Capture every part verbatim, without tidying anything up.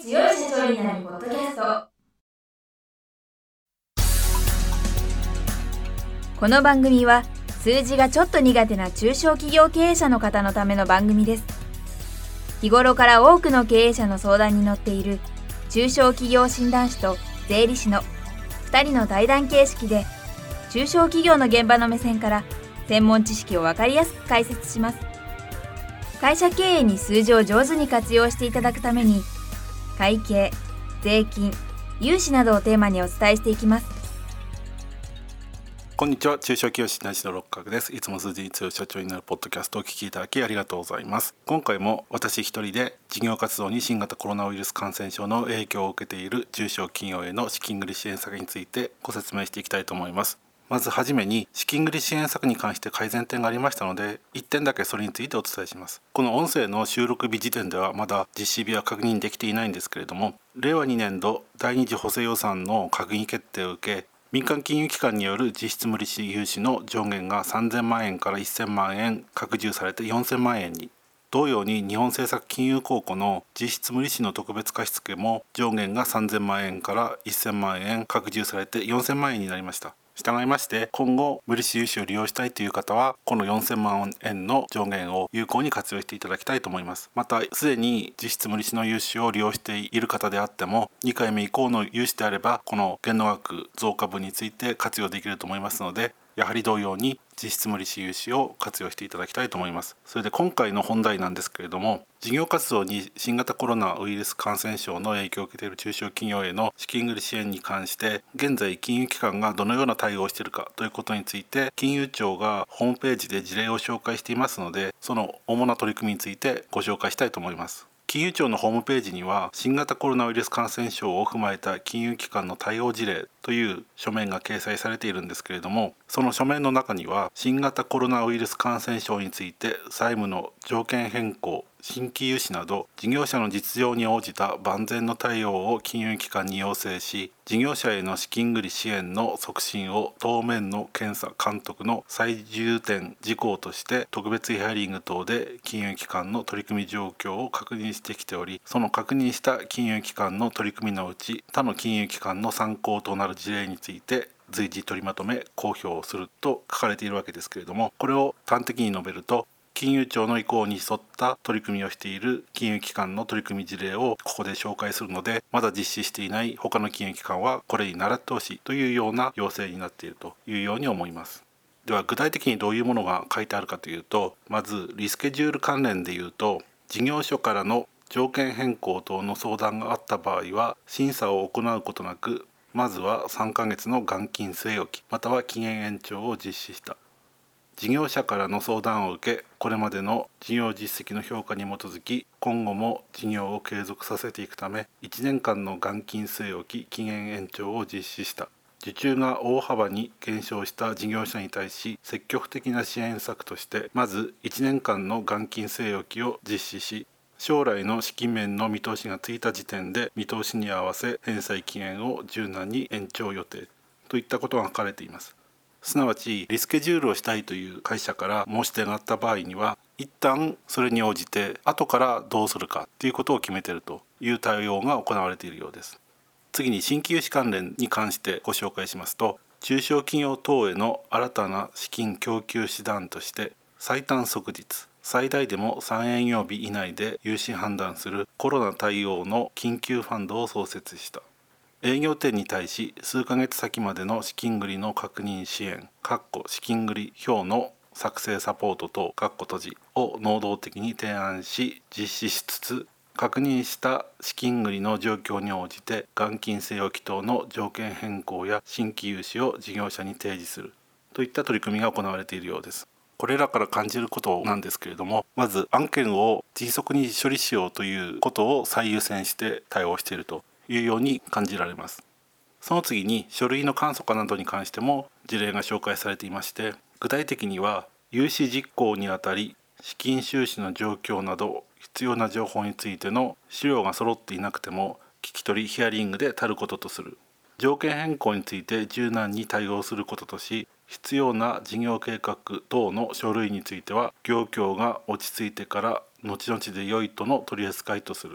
強い社長になるポッドキャスト。この番組は数字がちょっと苦手な中小企業経営者の方のための番組です。日頃から多くの経営者の相談に乗っている中小企業診断士と税理士のふたりの対談形式で、中小企業の現場の目線から専門知識を分かりやすく解説します。会社経営に数字を上手に活用していただくために、会計、税金、融資などをテーマにお伝えしていきます。 こんにちは、中小企業診断士の六角です。いつも数字に強い社長になるポッドキャストをお聞きいただきありがとうございます。今回も私一人で事業活動に新型コロナウイルス感染症の影響を受けている中小企業への資金繰り支援策についてご説明していきたいと思います。まずはじめに資金繰り支援策に関して改善点がありましたので、いってんだけそれについてお伝えします。この音声の収録日時点ではまだ実施日は確認できていないんですけれども、れいわにねんどだいに次補正予算の閣議決定を受け、民間金融機関による実質無利子融資の上限がさんぜんまんえんからせんまんえん拡充されてよんせんまんえんに、同様に日本政策金融公庫の実質無利子の特別貸付も上限がさんぜんまんえんからせんまんえん拡充されてよんせんまんえんになりました。従いまして今後無利子融資を利用したいという方はこのよんせんまんえんの上限を有効に活用していただきたいと思います。またすでに実質無利子の融資を利用している方であってもにかいめ以降の融資であればこの限度額増加分について活用できると思いますので、やはり同様に実質無利子融資を活用していただきたいと思います。それで今回の本題なんですけれども、事業活動に新型コロナウイルス感染症の影響を受けている中小企業への資金繰り支援に関して現在金融機関がどのような対応をしているかということについて、金融庁がホームページで事例を紹介していますので、その主な取り組みについてご紹介したいと思います。金融庁のホームページには新型コロナウイルス感染症を踏まえた金融機関の対応事例という書面が掲載されているんですけれども、その書面の中には新型コロナウイルス感染症について債務の条件変更、新規融資など事業者の実情に応じた万全の対応を金融機関に要請し、事業者への資金繰り支援の促進を当面の検査監督の最重点事項として特別ヒアリング等で金融機関の取り組み状況を確認してきており、その確認した金融機関の取り組みのうち他の金融機関の参考となる事例について随時取りまとめ公表すると書かれているわけですけれども、これを端的に述べると、金融庁の意向に沿った取り組みをしている金融機関の取り組み事例をここで紹介するので、まだ実施していない他の金融機関はこれに倣ってほしいというような要請になっているというように思います。では具体的にどういうものが書いてあるかというと、まずリスケジュール関連でいうと、事業所からの条件変更等の相談があった場合は審査を行うことなく、まずはさんかげつの元金据え置きまたは期限延長を実施した。事業者からの相談を受け、これまでの事業実績の評価に基づき今後も事業を継続させていくためいちねんかんの元金据え置き期限延長を実施した。受注が大幅に減少した事業者に対し積極的な支援策としてまずいちねんかんの元金据え置きを実施し、将来の資金面の見通しがついた時点で見通しに合わせ返済期限を柔軟に延長予定といったことが書かれています。すなわちリスケジュールをしたいという会社から申し出があった場合には一旦それに応じて後からどうするかということを決めているという対応が行われているようです。次に新規融資関連に関してご紹介しますと、中小企業等への新たな資金供給手段として最短即日最大でもさんえいぎょうび以内で融資判断するコロナ対応の緊急ファンドを創設した。営業店に対し数ヶ月先までの資金繰りの確認支援資金繰り表の作成サポート等閉じを能動的に提案し実施しつつ、確認した資金繰りの状況に応じて元金据え置き等の条件変更や新規融資を事業者に提示するといった取り組みが行われているようです。これらから感じることなんですけれども、まず案件を迅速に処理しようということを最優先して対応しているというように感じられます。その次に書類の簡素化などに関しても事例が紹介されていまして、具体的には融資実行にあたり資金収支の状況など必要な情報についての資料が揃っていなくても聞き取りヒアリングで足ることとする。条件変更について柔軟に対応することとし、必要な事業計画等の書類については業況が落ち着いてから後々で良いとの取り扱いとする。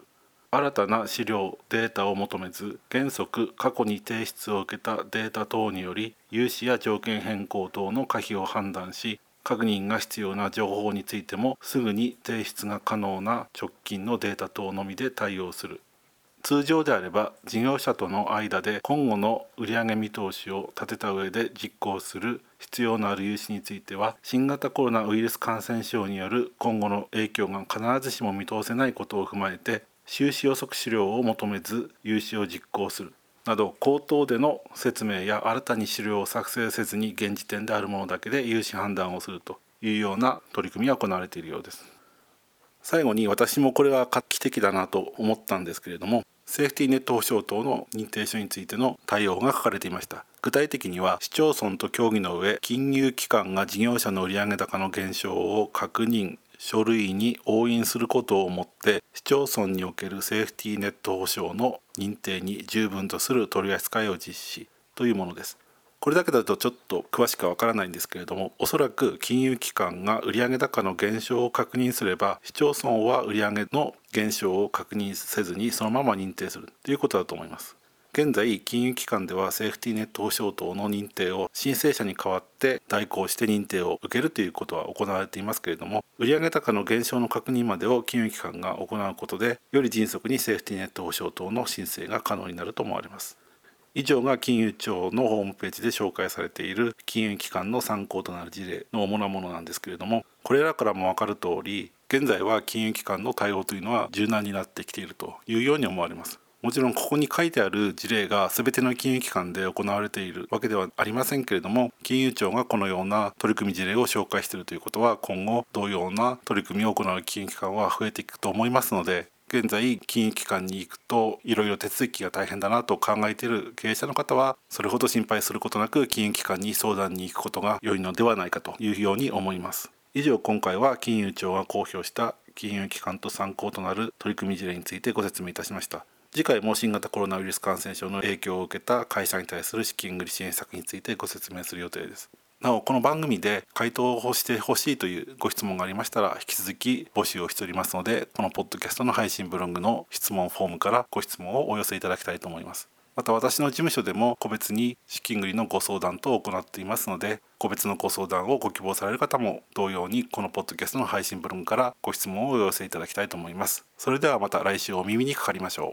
新たな資料・データを求めず、原則過去に提出を受けたデータ等により融資や条件変更等の可否を判断し、確認が必要な情報についてもすぐに提出が可能な直近のデータ等のみで対応する。通常であれば事業者との間で今後の売上見通しを立てた上で実行する必要のある融資については、新型コロナウイルス感染症による今後の影響が必ずしも見通せないことを踏まえて、収支予測資料を求めず融資を実行するなど、口頭での説明や新たに資料を作成せずに現時点であるものだけで融資判断をするというような取り組みが行われているようです。最後に、私もこれは画期的だなと思ったんですけれども、セーフティーネット保証等の認定書についての対応が書かれていました。具体的には、市町村と協議の上、金融機関が事業者の売上高の減少を確認、書類に押印することをもって市町村におけるセーフティーネット保証の認定に十分とする取り扱いを実施というものです。これだけだとちょっと詳しくはわからないんですけれども、おそらく金融機関が売上高の減少を確認すれば、市町村は売上の減少を確認せずにそのまま認定するということだと思います。現在、金融機関ではセーフティーネット保証等の認定を申請者に代わって代行して認定を受けるということは行われていますけれども、売上高の減少の確認までを金融機関が行うことで、より迅速にセーフティーネット保証等の申請が可能になると思われます。以上が金融庁のホームページで紹介されている金融機関の参考となる事例の主なものなんですけれども、これらからも分かる通り、現在は金融機関の対応というのは柔軟になってきているというように思われます。もちろんここに書いてある事例が全ての金融機関で行われているわけではありませんけれども、金融庁がこのような取り組み事例を紹介しているということは、今後同様な取り組みを行う金融機関は増えていくと思いますので、現在金融機関に行くといろいろ手続きが大変だなと考えている経営者の方は、それほど心配することなく金融機関に相談に行くことが良いのではないかというように思います。以上、今回は金融庁が公表した金融機関と参考となる取り組み事例についてご説明いたしました。次回も新型コロナウイルス感染症の影響を受けた会社に対する資金繰り支援策についてご説明する予定です。なお、この番組で回答をしてほしいというご質問がありましたら、引き続き募集をしておりますので、このポッドキャストの配信ブログの質問フォームからご質問をお寄せいただきたいと思います。また、私の事務所でも個別に資金繰りのご相談等を行っていますので、個別のご相談をご希望される方も同様にこのポッドキャストの配信ブログからご質問をお寄せいただきたいと思います。それではまた来週お耳にかかりましょう。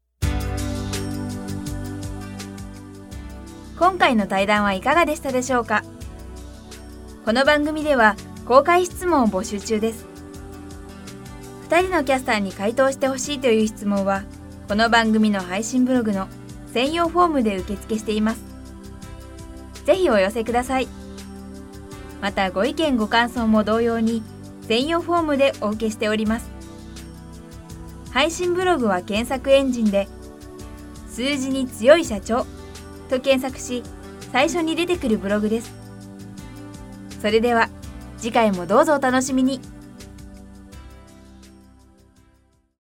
今回の対談はいかがでしたでしょうか。この番組では公開質問を募集中です。ふたりのキャスターに回答してほしいという質問は、この番組の配信ブログの専用フォームで受付しています。ぜひお寄せください。また、ご意見ご感想も同様に専用フォームでお受けしております。配信ブログは検索エンジンで数字に強い社長と検索し、最初に出てくるブログです。それでは次回もどうぞお楽しみに。